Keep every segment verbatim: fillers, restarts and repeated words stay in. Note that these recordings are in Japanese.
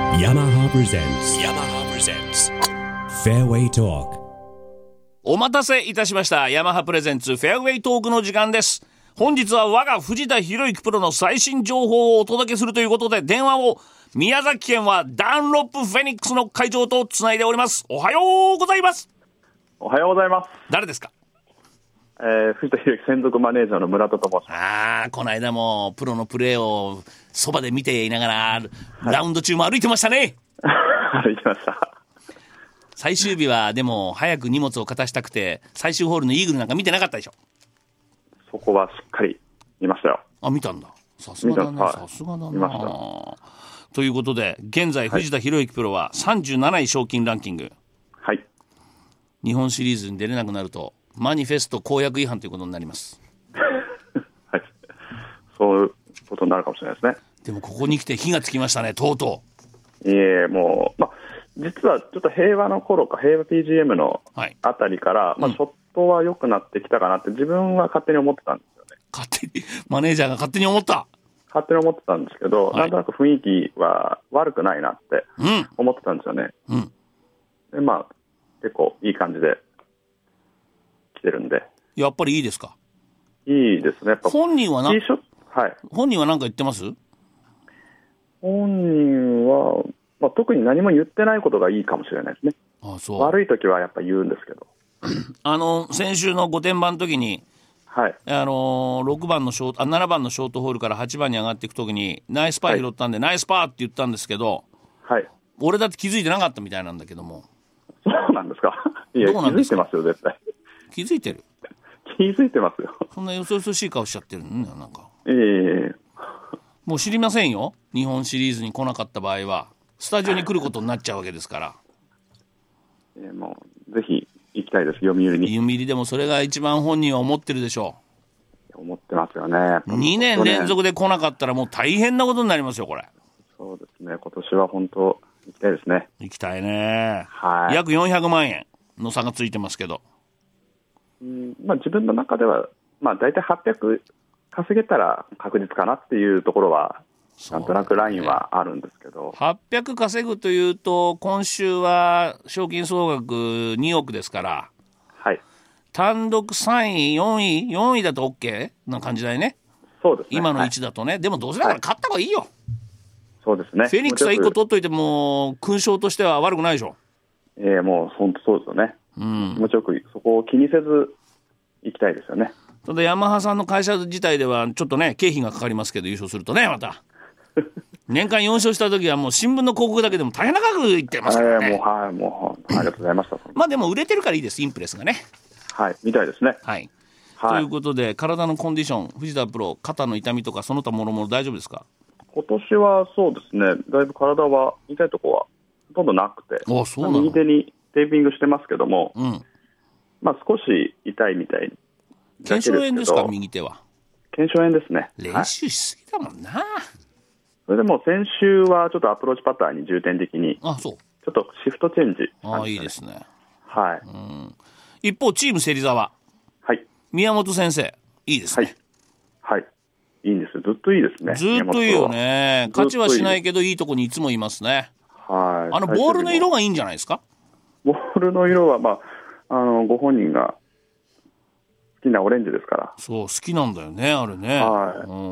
ヤマハプレゼンツヤマハプレゼンツフェアウェイトーク。 お待たせいたしました。ヤマハプレゼンツフェアウェイトークの時間です。本日は我が藤田博之プロの最新情報をお届けするということで、電話を宮崎県はダンロップフェニックスの会長とつないでおります。おはようございます。 おはようございます。 誰ですか？ えー、藤田博之専属マネージャーの村田と申します。 ああ、この間もプロのプレーをそばで見ていながら、はい、ラウンド中も歩いてましたね。 歩いてました。 最終日はでも早く荷物を片したくて最終ホールのイーグルなんか見てなかったでしょ？ そこはしっかり見ましたよ。 あ、見たんだ。さすがだな、さすがだな。ということで現在藤田博之プロはさんじゅうなない賞金ランキング。 はい。 日本シリーズに出れなくなるとマニフェスト公約違反ということになります。 はい。そういうことになるかもしれないですね。 でもここに来て火がつきましたね、とうとう。いえ、もう、まあ、実はちょっと平和の頃か、平和 ピージーエム のあたりから、はい、まあ、ショットは良くなってきたかなって自分は勝手に思ってたんですよね。 勝手に、マネージャーが勝手に思った。 勝手に思ってたんですけど、はい、なんとなく雰囲気は悪くないなって思ってたんですよね。 うん。 で、まあ、結構いい感じで来てるんで。 やっぱりいいですか？ いいですね。やっぱ本人はな、 いいショット、はい。 本人は何か言ってます？ 本人は、まあ、特に何も言ってないことがいいかもしれないですね。 ああ、そう。 悪い時はやっぱ言うんですけど。 あの先週の御殿場の時に、 はい、 あのー、ろくばんのショートあななばんのショートホールからはちばんに上がっていく時にナイスパー拾ったんで、はい、ナイスパーって言ったんですけど、はい、俺だって気づいてなかったみたいなんだけども。 そうなんですか？いや、どうなんですか？気づいてますよ、絶対。 気づいてる？ 気づいてますよ。 そんなよそよそしい顔しちゃってるのね、なんか。 ええー、 もう知りませんよ。日本シリーズに来なかった場合はスタジオに来ることになっちゃうわけですから。 えー、もうぜひ行きたいです、読売に。 読売でもそれが一番本人は思ってるでしょう。思ってますよね。 にねん連続で来なかったらもう大変なことになりますよ、これ。 そうですね、今年は本当行きたいですね。 行きたいね。 はい。 約よんひゃくまんえんの差がついてますけど。 うん、まあ、自分の中では、まあ、大体はっぴゃく稼げたら確実かなっていうところはなんとなくラインはあるんですけど、 はっぴゃく稼ぐというと今週は賞金総額におくですから、 はい、 単独さんいよんいよんいだと OK な感じだよね。 そうですね、 今の位置だとね、はい、でもどうせだから勝った方がいいよ、はい、 そうですね。 フェニックスはいっこ取っといても勲章としては悪くないでしょ。 えー、もう本当そうですよね、うん、気持ちよくそこを気にせず行きたいですよね。 ただヤマハさんの会社自体ではちょっとね経費がかかりますけど、優勝するとね、また年間よん勝した時はもう新聞の広告だけでも大変な額いってますからね。 もうはい、もうありがとうございましたまあでも売れてるからいいです、インプレスがね。 はい、みたいですね。 はい、はい、ということで体のコンディション、藤田プロ肩の痛みとかその他もろもろ大丈夫ですか？ 今年はそうですね、だいぶ体は痛いところはほとんどなくて、 あ、そうなの？ 右手にテーピングしてますけども、 うん、 まあ、少し痛いみたい。 腱鞘炎ですか？右手は腱鞘炎ですね。 練習しすぎだもんな、はい、 それでも先週はちょっとアプローチパターンに重点的に、 あ、そう、 ちょっとシフトチェンジ、ね、 あ、いいですね。 はい、 うん、一方チーム芹沢、 はい、 宮本先生いいですね。 はい、はい、いいんです、ずっといいですね。 ずっといいよね。勝ちはしないけどいいとこにいつもいますね。 はい、 あのボールの色がいいんじゃないですか？ ボールの色は、まあ、あのご本人が好きなオレンジですから。 そう、好きなんだよね、あれね。 はい、 うん、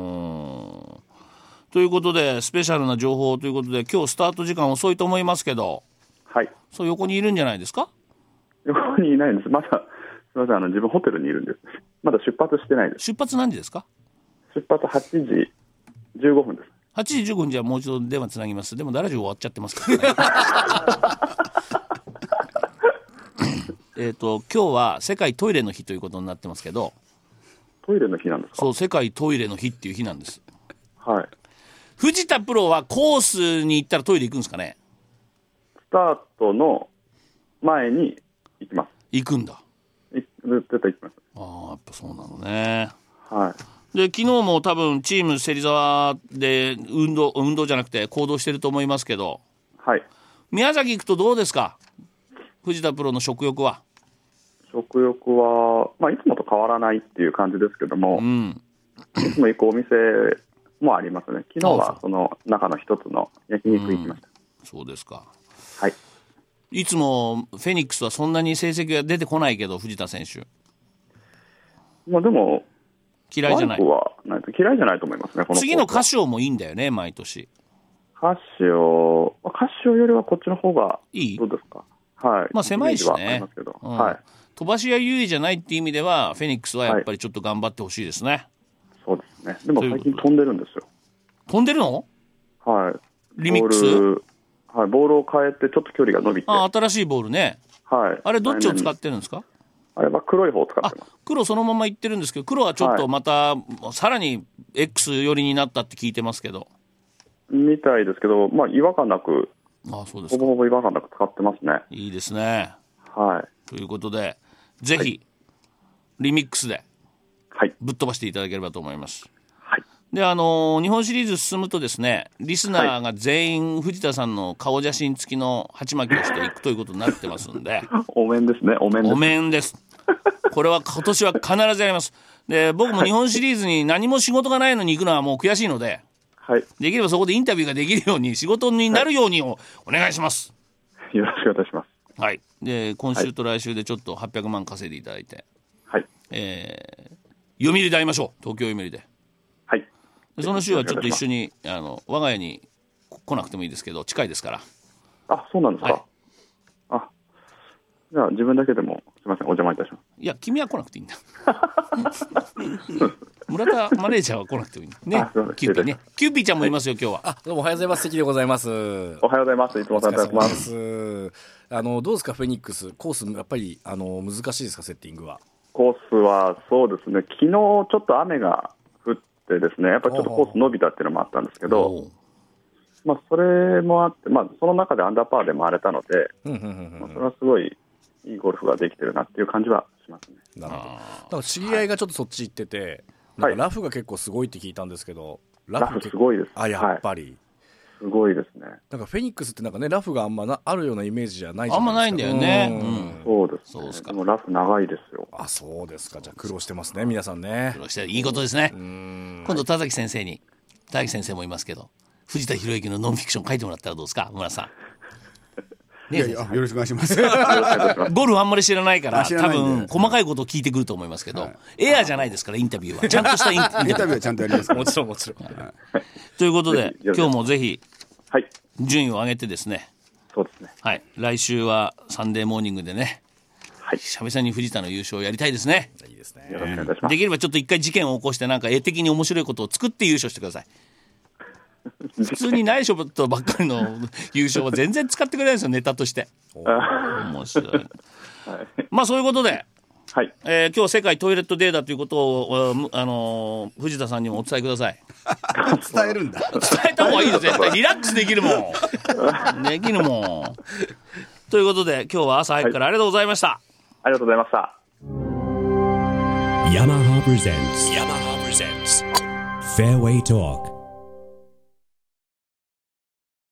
ということでスペシャルな情報ということで今日スタート時間遅いと思いますけど、 はい、 そう横にいるんじゃないですか？ 横にいないんです。まだすみません、あの自分ホテルにいるんです。まだ出発してないです。 出発何時ですか？出発はちじじゅうごふんです。 はちじじゅうごふん、じゃあもう一度電話つなぎます。でもラジオ終わっちゃってますからねえっと今日は世界トイレの日ということになってますけど。 トイレの日なんですか？ そう、世界トイレの日っていう日なんです。 はい。 藤田プロはコースに行ったらトイレ行くんですかね？ スタートの前に行きます。 行くんだ。 絶対行きます。 ああ、やっぱそうなのね。 はい。 で昨日も多分チーム芹沢で運動運動じゃなくて行動してると思いますけど、 はい、 宮崎行くとどうですか？藤田プロの食欲は。 食欲は、まあ、いつもと変わらないっていう感じですけども、 うん、 いつも行くお店もありますね。昨日はその中の一つの焼肉行きました。 そうですか。 はい。 いつもフェニックスはそんなに成績が出てこないけど、藤田選手。 まあでも嫌いじゃない。 はない嫌いじゃないと思いますね。この次のカシオもいいんだよね、毎年。 カシオ、カシオよりはこっちの方がいい。 どうですか。はい。 まあ狭いしね。 うん、はい。 飛ばし屋優位じゃないっていう意味ではフェニックスはやっぱりちょっと頑張ってほしいですね、はい、 そうですね。でも最近飛んでるんですよ。 飛んでるの？ はい。 リミックス？ はい、ボールを変えてちょっと距離が伸びて。 あ、新しいボールね。 はい。 あれどっちを使ってるんですか？ あれは黒い方を使ってます。 黒そのままいってるんですけど、黒はちょっとまた、はい、さらに X 寄りになったって聞いてますけど。 みたいですけど、まあ違和感なく、 あ、そうですか。 ほぼほぼ違和感なく使ってますね。 いいですね。 はい。 ということで、ぜひ、はい、リミックスでぶっ飛ばしていただければと思います。 はい。 で、あのー、日本シリーズ進むとですね、リスナーが全員藤田さんの顔写真付きの鉢巻きをしていくということになってますんで。 お面ですね。お面です。 お面です。これは今年は必ずやります。で、僕も日本シリーズに何も仕事がないのに行くのはもう悔しいので、 はい、 できればそこでインタビューができるように仕事になるようにをお願いします。 はい、よろしくお願いします。 はい。で、今週と来週でちょっとはっぴゃくまん稼いでいただいて、 はい。 えー、読売で会いましょう。東京読売で。 はい。 でその週はちょっと一緒にあの我が家に来なくてもいいですけど近いですから。 あ、そうなんですか。はい、あ、じゃあ自分だけでもすみません、お邪魔いたします。いや、君は来なくていいんだ。村田マネージャーは来なくてもいいんだね。キューピーね。キューピーちゃんもいますよ今日は。 あ、どうもおはようございます。関でございます。おはようございます。いつもお世話になってます。 あのどうですかフェニックスコースやっぱりあの難しいですかセッティングは。 コースはそうですね。昨日ちょっと雨が降ってですね、やっぱりちょっとコース伸びたっていうのもあったんですけど、まあそれもあって、まあその中でアンダーパーで回れたので、まあそれはすごいいいゴルフができてるなっていう感じはしますね。 なるほど。だから知り合いがちょっとそっち行ってて、なんかラフが結構すごいって聞いたんですけど、 ラフすごいです。 あ、やっぱり、はい、 すごいですね。 なんかフェニックスってなんかねラフがあんまなあるようなイメージじゃないじゃないですか。 あんまないんだよね。 うん、そうです、ね。そうですか。でもラフ長いですよ。 あ、そうですか。じゃあ苦労してますね皆さんね。 苦労していいことですね。今度田崎先生に、田崎先生もいますけど、藤田博之のノンフィクション書いてもらったらどうですか、村さん。 ね、いやいやよろしくお願いします。 ゴルフあんまり知らないから多分細かいことを聞いてくると思いますけど、はい、エアーじゃないですからインタビューはちゃんとしたインタビュー。 インタビューはちゃんとやりますから。 もちろんもちろん。はい、 ということで今日もぜひはい順位を上げてですね。 そうですね。 はい。来週はサンデーモーニングでね。はい。久々に藤田の優勝をやりたいですね。 いいですね。 よろしくお願いします。 できればちょっと一回事件を起こしてなんか絵的に面白いことを作って優勝してください。普通にないショットばっかりの優勝は全然使ってくれないんですよネタとして。面白い、はい、まあそういうことで、 はいえー、今日世界トイレットデーだということを、あのー、藤田さんにもお伝えください。 伝えるんだ。 伝えた方がいいです絶対。リラックスできるもんできるもんということで今日は朝早くからありがとうございました、はい、 ありがとうございました。 ヤマハプレゼンツ Yamaha presents Fairway Talk